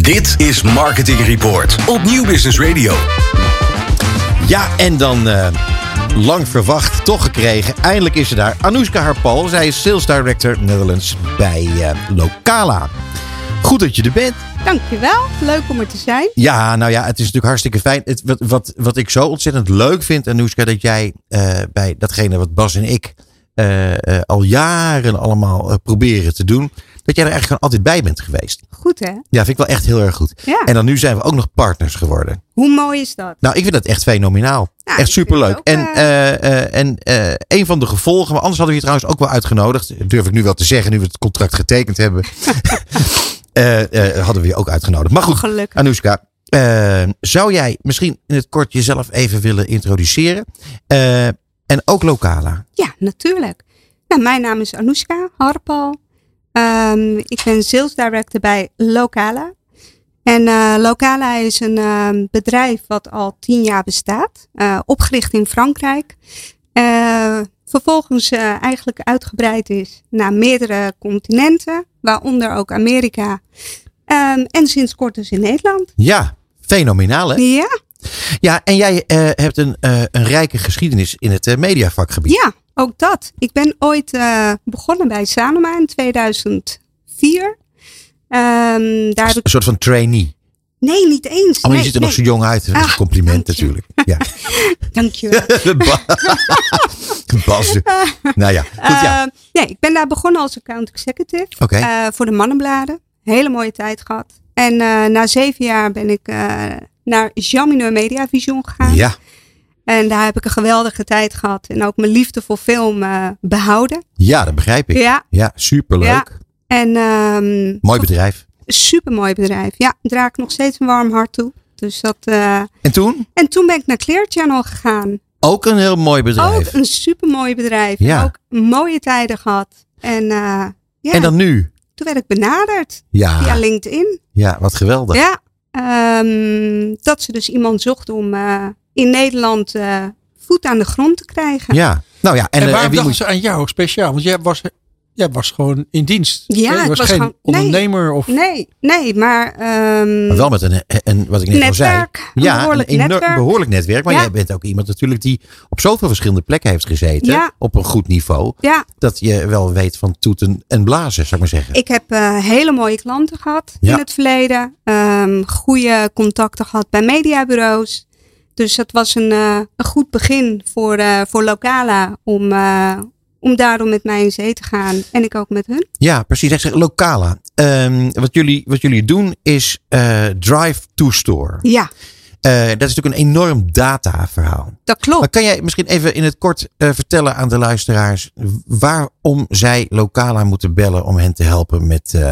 Dit is Marketing Report op Nieuw Business Radio. Ja, en dan lang verwacht, toch gekregen. Eindelijk is ze daar. Anoushka Harpal. Zij is Sales Director Netherlands bij Locala. Goed dat je er bent. Dankjewel. Leuk om er te zijn. Ja, nou ja, het is natuurlijk hartstikke fijn. Wat ik zo ontzettend leuk vind, Anoushka, dat jij bij datgene wat Bas en ik al jaren allemaal proberen te doen, dat jij er eigenlijk gewoon altijd bij bent geweest. Goed, hè? Ja, vind ik wel echt heel erg goed. Ja. En dan nu zijn we ook nog partners geworden. Hoe mooi is dat? Nou, ik vind dat echt fenomenaal. Ja, echt superleuk. ook, En een van de gevolgen, maar anders hadden we je trouwens ook wel uitgenodigd. Durf ik nu wel te zeggen, nu we het contract getekend hebben. Hadden we je ook uitgenodigd. Maar goed, gelukkig. Anoushka, zou jij misschien in het kort jezelf even willen introduceren? En ook Locala. Ja, natuurlijk. Nou, mijn naam is Anoushka Harpal. Ik ben Sales Director bij Locala. En Locala is een bedrijf wat al 10 jaar bestaat. Opgericht in Frankrijk. Vervolgens eigenlijk uitgebreid is naar meerdere continenten. Waaronder ook Amerika. En sinds kort dus in Nederland. Ja, fenomenaal hè? Ja. Ja, en jij hebt een rijke geschiedenis in het mediavakgebied. Ja, ook dat. Ik ben ooit begonnen bij Sanoma in 2004. Daar heb ik... Een soort van trainee. Nee, niet eens. Maar je ziet er nog zo jong uit. Dat is een compliment natuurlijk. Ja. Dankjewel. Bas. Nou ja, goed ja. Nee, ik ben daar begonnen als account executive. Oké. Voor de mannenbladen. Hele mooie tijd gehad. En na 7 jaar ben ik naar Jean Mineur Media Vision gegaan. Ja. En daar heb ik een geweldige tijd gehad. En ook mijn liefde voor film behouden. Ja, dat begrijp ik. Ja, superleuk. Ja. En, mooi bedrijf. Supermooi bedrijf. Ja, draag ik nog steeds een warm hart toe. Dus dat, En toen? En toen ben ik naar Clear Channel gegaan. Ook een heel mooi bedrijf. Ook een supermooi bedrijf. Ja. Ook mooie tijden gehad. En, en dan nu? Toen werd ik benaderd via LinkedIn. Ja, wat geweldig. Ja, dat ze dus iemand zochten om in Nederland voet aan de grond te krijgen. Ja, nou ja. En waarom dachten ze aan jou speciaal? Want jij was gewoon in dienst. Ja, je was geen gewoon, ondernemer. Of... Nee, maar wel met een wat ik net al zei. Ja, een behoorlijk netwerk. Maar jij bent ook iemand natuurlijk die op zoveel verschillende plekken heeft gezeten. Ja. Op een goed niveau. Ja. Dat je wel weet van toeten en blazen, zou ik maar zeggen. Ik heb hele mooie klanten gehad in het verleden. Goede contacten gehad bij mediabureaus. Dus dat was een goed begin voor Locala om daarom met mij in zee te gaan. En ik ook met hun. Ja, precies. Ik zeg Locala. Wat jullie doen is Drive to Store. Ja. Dat is natuurlijk een enorm dataverhaal. Dat klopt. Maar kan jij misschien even in het kort vertellen aan de luisteraars waarom zij Locala moeten bellen om hen te helpen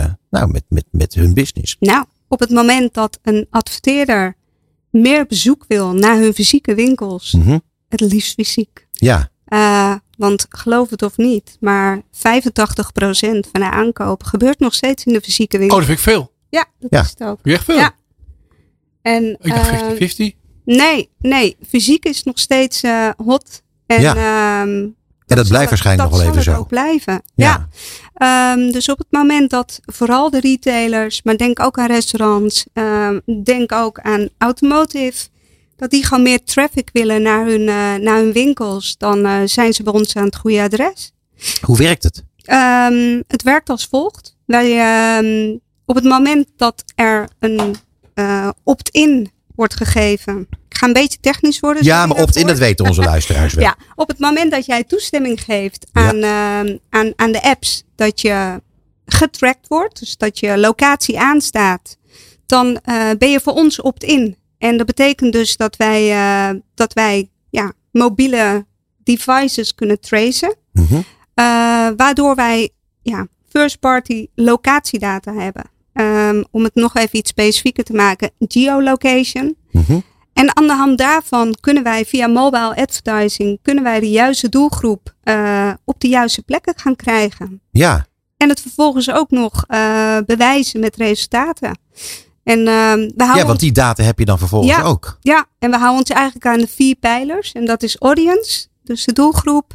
met hun business? Nou, op het moment dat een adverteerder meer bezoek wil naar hun fysieke winkels, het liefst fysiek. Ja. Want geloof het of niet, maar 85% van de aankoop gebeurt nog steeds in de fysieke winkel. Oh, dat vind ik veel. Ja, dat is het ook. Echt veel? Ja. En, ik dacht 50-50. Nee. Fysiek is nog steeds hot. En, dat blijft waarschijnlijk nog wel even zo. Dat zal ook blijven. Ja. Dus op het moment dat vooral de retailers, maar denk ook aan restaurants, denk ook aan automotive, dat die gewoon meer traffic willen naar hun winkels, dan zijn ze bij ons aan het goede adres. Hoe werkt het? Het werkt als volgt. Wij, op het moment dat er een opt-in wordt gegeven. Ik ga een beetje technisch worden. Ja, maar opt-in, dat weten onze luisteraars wel. Ja, op het moment dat jij toestemming geeft aan de apps dat je getrackt wordt, dus dat je locatie aanstaat, dan ben je voor ons opt-in. En dat betekent dus dat wij mobiele devices kunnen tracen. Waardoor wij first party locatiedata hebben. Om het nog even iets specifieker te maken. Geolocation. En aan de hand daarvan kunnen wij via mobile advertising de juiste doelgroep op de juiste plekken gaan krijgen. Ja. En het vervolgens ook nog bewijzen met resultaten. En, want die data heb je dan vervolgens ook. Ja, en we houden ons eigenlijk aan de 4 pijlers. En dat is audience, dus de doelgroep.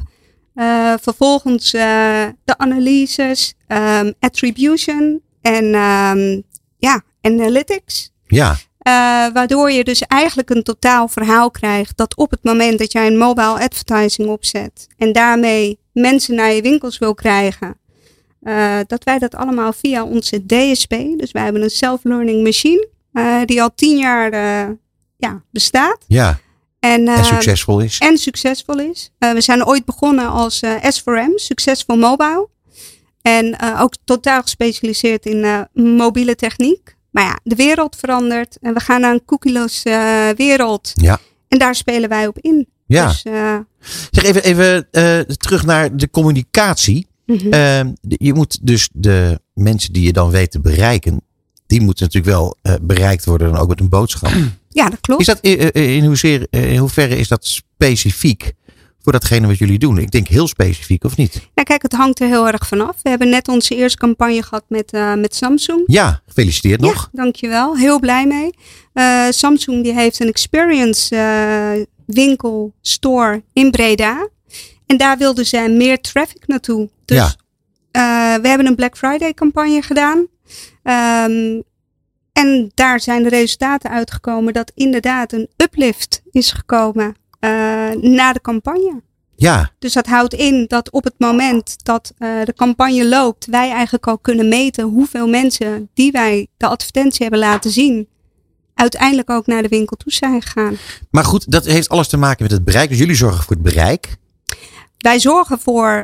Vervolgens de analyses, attribution en analytics. Ja. Waardoor je dus eigenlijk een totaal verhaal krijgt dat op het moment dat jij een mobile advertising opzet en daarmee mensen naar je winkels wil krijgen, dat wij dat allemaal via onze DSP, dus wij hebben een self-learning machine die al 10 jaar bestaat. Ja. En succesvol is. We zijn ooit begonnen als S4M, Successful Mobile. En ook totaal gespecialiseerd in mobiele techniek. Maar ja, de wereld verandert en we gaan naar een cookieless wereld. Ja. En daar spelen wij op in. Ja. Dus, zeg even terug naar de communicatie. Mm-hmm. Je moet dus de mensen die je dan weet te bereiken, die moeten natuurlijk wel bereikt worden, dan ook met een boodschap. Ja, dat klopt. Is dat in hoeverre is dat specifiek voor datgene wat jullie doen? Ik denk heel specifiek, of niet? Ja, kijk, het hangt er heel erg vanaf. We hebben net onze eerste campagne gehad met Samsung. Ja, gefeliciteerd nog. Ja, dankjewel. Heel blij mee. Samsung die heeft een experience winkel, store in Breda. En daar wilden zij meer traffic naartoe. Dus we hebben een Black Friday campagne gedaan. En daar zijn de resultaten uitgekomen dat inderdaad een uplift is gekomen na de campagne. Ja. Dus dat houdt in dat op het moment dat de campagne loopt, wij eigenlijk al kunnen meten hoeveel mensen die wij de advertentie hebben laten zien, uiteindelijk ook naar de winkel toe zijn gegaan. Maar goed, dat heeft alles te maken met het bereik. Dus jullie zorgen voor het bereik. Wij zorgen voor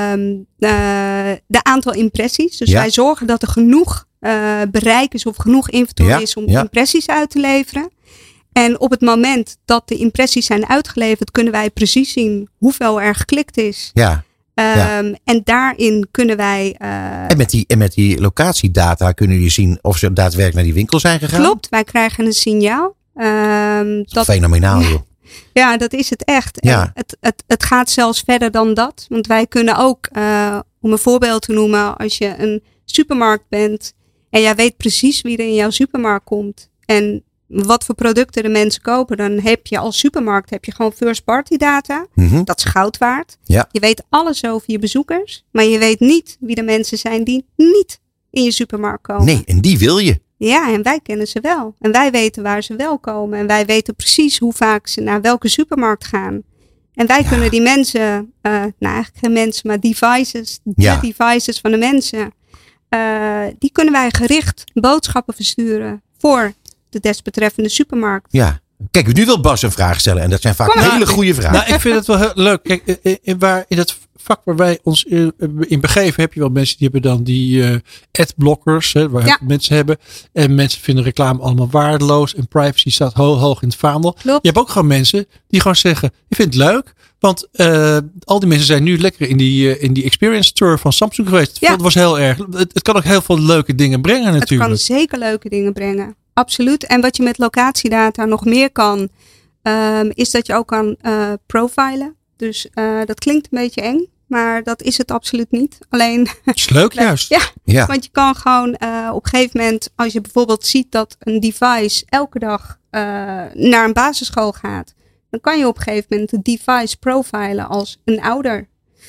de aantal impressies. Dus wij zorgen dat er genoeg bereik is of genoeg inventory is om impressies uit te leveren. En op het moment dat de impressies zijn uitgeleverd, kunnen wij precies zien hoeveel er geklikt is. Ja. En daarin kunnen wij... En met die locatiedata kunnen jullie zien of ze daadwerkelijk naar die winkel zijn gegaan? Klopt, wij krijgen een signaal. Dat fenomenaal, joh. Ja, dat is het echt. Ja. En het gaat zelfs verder dan dat. Want wij kunnen ook, om een voorbeeld te noemen, als je een supermarkt bent en jij weet precies wie er in jouw supermarkt komt en wat voor producten de mensen kopen, dan heb je als supermarkt gewoon first party data. Mm-hmm. Dat is goud waard. Ja. Je weet alles over je bezoekers, maar je weet niet wie de mensen zijn die niet in je supermarkt komen. Nee, en die wil je. Ja, en wij kennen ze wel. En wij weten waar ze wel komen. En wij weten precies hoe vaak ze naar welke supermarkt gaan. En wij kunnen die mensen, eigenlijk geen mensen, maar devices, de devices van de mensen, die kunnen wij gericht boodschappen versturen voor de desbetreffende supermarkt. Ja. Kijk, nu wil Bas een vraag stellen en dat zijn vaak hele goede vragen. Nou, ik vind het wel heel leuk. Kijk, in het vak waar wij ons in begeven, heb je wel mensen die hebben dan die adblockers, waar mensen hebben. En mensen vinden reclame allemaal waardeloos en privacy staat hoog in het vaandel. Klopt. Je hebt ook gewoon mensen die gewoon zeggen, ik vind het leuk. Want al die mensen zijn nu lekker in die experience tour van Samsung geweest. Dat was heel erg. Het kan ook heel veel leuke dingen brengen natuurlijk. Het kan zeker leuke dingen brengen. Absoluut. En wat je met locatiedata nog meer kan, is dat je ook kan profilen. Dus dat klinkt een beetje eng, maar dat is het absoluut niet. Alleen. Het is leuk juist. Ja. Want je kan gewoon op een gegeven moment, als je bijvoorbeeld ziet dat een device elke dag naar een basisschool gaat, dan kan je op een gegeven moment de device profilen als een ouder.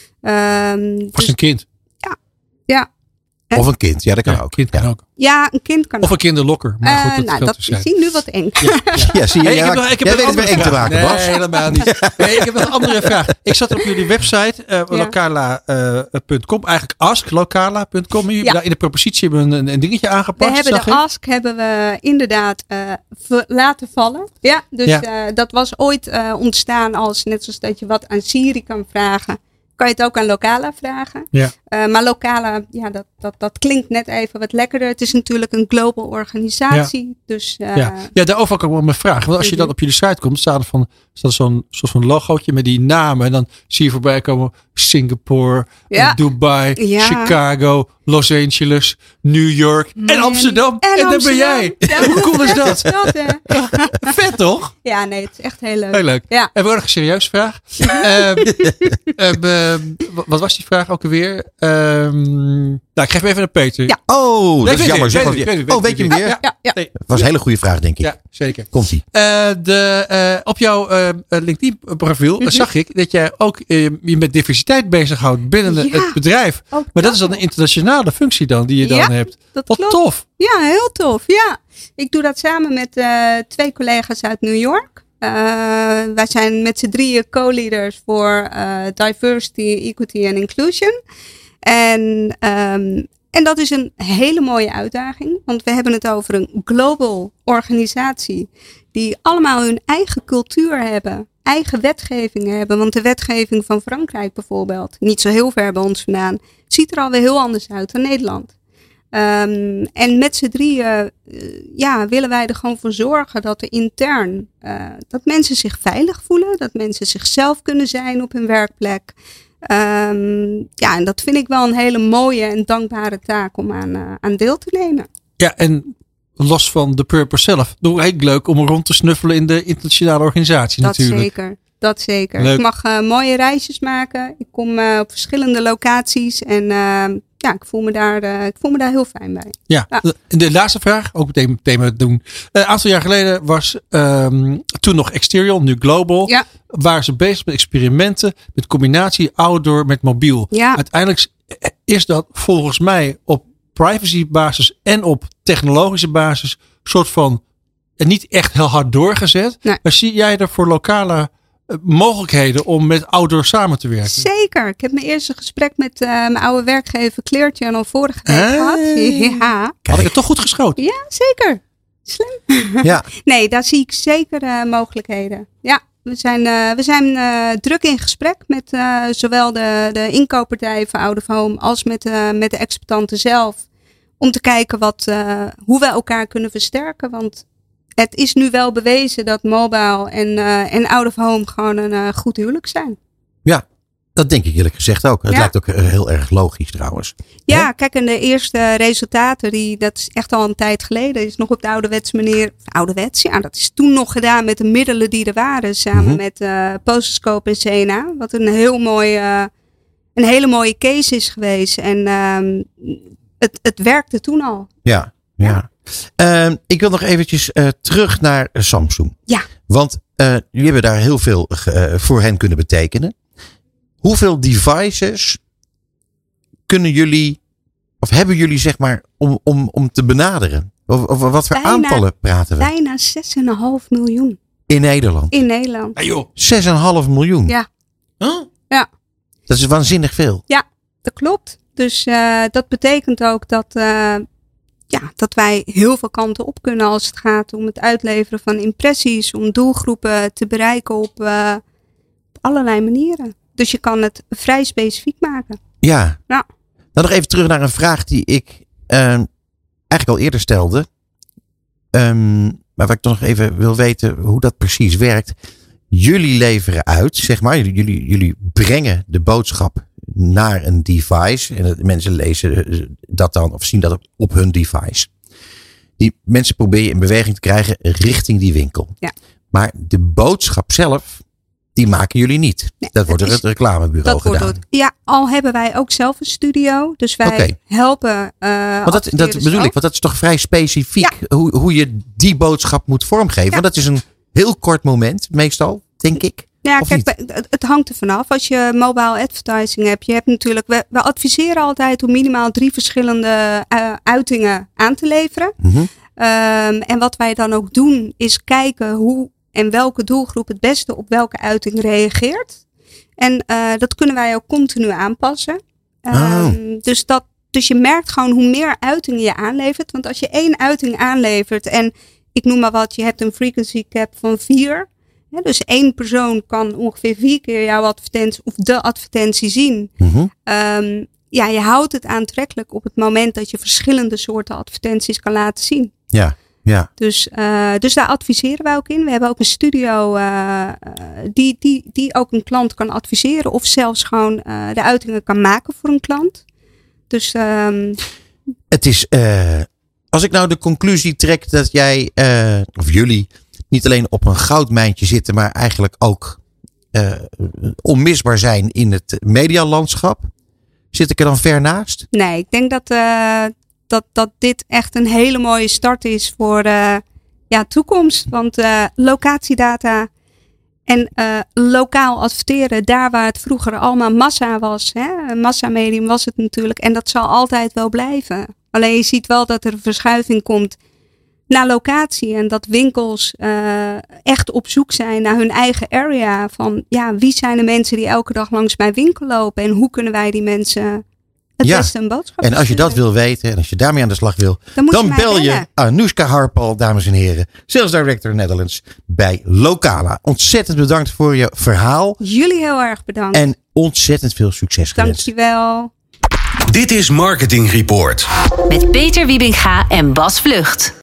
Als een kind. Ja. Of een kind, ja, dat kan ook. Kind kan ook. Ja, een kind kan of een kinderlokker. Maar goed, dat zie nu wat eng. Ja, zie je. Ik heb weet het weer eng te maken, Bas. Nee, helemaal niet. Nee, ik heb een andere vraag. Ik zat op jullie website, lokala.com. Eigenlijk asklokala.com. Daar in de propositie hebben we een dingetje aangepast. We hebben de ask inderdaad laten vallen. Ja, dus dat was ooit ontstaan als, net zoals dat je wat aan Siri kan vragen, kan je het ook aan Lokala vragen. Ja. Maar Lokala, dat klinkt net even wat lekkerder. Het is natuurlijk een global organisatie. Ja. Dus, daarover kan ik wel mijn vraag. Want als je dan op jullie site komt, staat er zo'n logootje met die namen. En dan zie je voorbij komen Singapore, Dubai, Chicago, Los Angeles, New York en Amsterdam. En daar ben jij. Ja, hoe cool is dat? Vet toch? Ja, nee, het is echt heel leuk. Heel leuk. Ja. En we nog een serieuze vraag. Wat was die vraag ook alweer? ik geef even naar Peter. Ja. Oh, dat is jammer. Weet je hem weer? Ja. Dat was een hele goede vraag, denk ik. Ja, zeker. Komt-ie. Op jouw LinkedIn profiel zag ik dat jij ook je met diversiteit bezighoudt binnen het bedrijf. Maar dat is dan een internationale functie dan die je dan hebt. Wat klopt. Tof. Ja, heel tof. Ja. Ik doe dat samen met 2 collega's uit New York. Wij zijn met z'n 3 co-leaders voor diversity, equity en inclusion. En dat is een hele mooie uitdaging. Want we hebben het over een global organisatie. Die allemaal hun eigen cultuur hebben. Eigen wetgevingen hebben. Want de wetgeving van Frankrijk bijvoorbeeld. Niet zo heel ver bij ons vandaan. Ziet er alweer heel anders uit dan Nederland. En met z'n 3 willen wij er gewoon voor zorgen dat er intern dat mensen zich veilig voelen. Dat mensen zichzelf kunnen zijn op hun werkplek. En dat vind ik wel een hele mooie en dankbare taak om aan deel te nemen. Ja, en los van de purpose zelf. Heel leuk om rond te snuffelen in de internationale organisatie natuurlijk. Dat zeker. Leuk. Ik mag mooie reisjes maken. Ik kom op verschillende locaties en ik voel me daar heel fijn bij. Ja. De laatste vraag, ook meteen thema doen. Een aantal jaar geleden was toen nog Exterior, nu Global. Ja. Waren ze bezig met experimenten, met combinatie outdoor met mobiel. Ja. Uiteindelijk is dat volgens mij op privacy basis en op technologische basis soort van niet echt heel hard doorgezet. Nee. Maar zie jij er voor lokale mogelijkheden om met outdoor samen te werken? Zeker. Ik heb mijn eerste gesprek met mijn oude werkgever Clear Channel vorige week gehad. Ja. Had ik het toch goed geschoten? Ja, zeker. Slim. Ja. Nee, daar zie ik zeker mogelijkheden. Ja, we zijn druk in gesprek met zowel de inkooppartij van Out of Home als met de exploitanten zelf. Om te kijken hoe we elkaar kunnen versterken. Want het is nu wel bewezen dat mobile en out of home gewoon een goed huwelijk zijn. Ja, dat denk ik eerlijk gezegd ook. Het lijkt ook heel erg logisch trouwens. Ja, kijk, en de eerste resultaten, dat is echt al een tijd geleden, is nog op de ouderwetse manier. Ouderwets, ja, dat is toen nog gedaan met de middelen die er waren. Samen met Pososcope en Sena. Wat een hele mooie case is geweest. En het werkte toen al. Ja. Ik wil nog eventjes terug naar Samsung. Ja. Want jullie hebben daar heel veel voor hen kunnen betekenen. Hoeveel devices kunnen jullie, of hebben jullie zeg maar, om te benaderen? Of wat voor aantallen praten we? Bijna 6,5 miljoen. In Nederland? In Nederland. Ah, joh. 6,5 miljoen? Ja. Huh? Ja. Dat is waanzinnig veel. Ja, dat klopt. Dus dat betekent ook dat wij heel veel kanten op kunnen als het gaat om het uitleveren van impressies, om doelgroepen te bereiken op allerlei manieren. Dus je kan het vrij specifiek maken. Ja. Dan nog even terug naar een vraag die ik eigenlijk al eerder stelde. Maar waar ik toch nog even wil weten hoe dat precies werkt. Jullie leveren uit, zeg maar. Jullie brengen de boodschap naar een device. En mensen lezen dat dan of zien dat op hun device. Die mensen probeer je in beweging te krijgen richting die winkel. Ja. Maar de boodschap zelf, die maken jullie niet. Nee, dat wordt door het reclamebureau gedaan. Al hebben wij ook zelf een studio. Dus wij helpen. Dat bedoel ik. Want dat is toch vrij specifiek hoe je die boodschap moet vormgeven. Want dat is een heel kort moment meestal, denk ik. Ja, kijk, het hangt er vanaf. Als je mobile advertising hebt, je hebt natuurlijk, we adviseren altijd om minimaal 3 verschillende uitingen aan te leveren. Mm-hmm. En wat wij dan ook doen, is kijken hoe en welke doelgroep het beste op welke uiting reageert. En dat kunnen wij ook continu aanpassen. Dus je merkt gewoon hoe meer uitingen je aanlevert. Want als je 1 uiting aanlevert en ik noem maar wat, je hebt een frequency cap van 4. Ja, dus 1 persoon kan ongeveer 4 keer jouw advertentie of de advertentie zien. Mm-hmm. Je houdt het aantrekkelijk op het moment dat je verschillende soorten advertenties kan laten zien. Ja. Dus daar adviseren wij ook in. We hebben ook een studio die ook een klant kan adviseren of zelfs gewoon de uitingen kan maken voor een klant. Dus het is, als ik nou de conclusie trek dat jij of jullie niet alleen op een goudmijntje zitten, maar eigenlijk ook onmisbaar zijn in het medialandschap. Zit ik er dan ver naast? Nee, ik denk dat dit echt een hele mooie start is voor toekomst. Want locatiedata en lokaal adverteren, daar waar het vroeger allemaal massa was. Een massamedium was het natuurlijk. En dat zal altijd wel blijven. Alleen je ziet wel dat er een verschuiving komt naar locatie. En dat winkels echt op zoek zijn naar hun eigen area. Van wie zijn de mensen die elke dag langs mijn winkel lopen? En hoe kunnen wij die mensen het beste een boodschap En als je dat wil weten en als je daarmee aan de slag wil, dan bel je Anoushka Harpal, dames en heren. Sales Director Netherlands bij Locala. Ontzettend bedankt voor je verhaal. Jullie heel erg bedankt. En ontzettend veel succes gewenst. Dankjewel. Dit is Marketing Report. Met Peter Wiebinga en Bas Vlucht.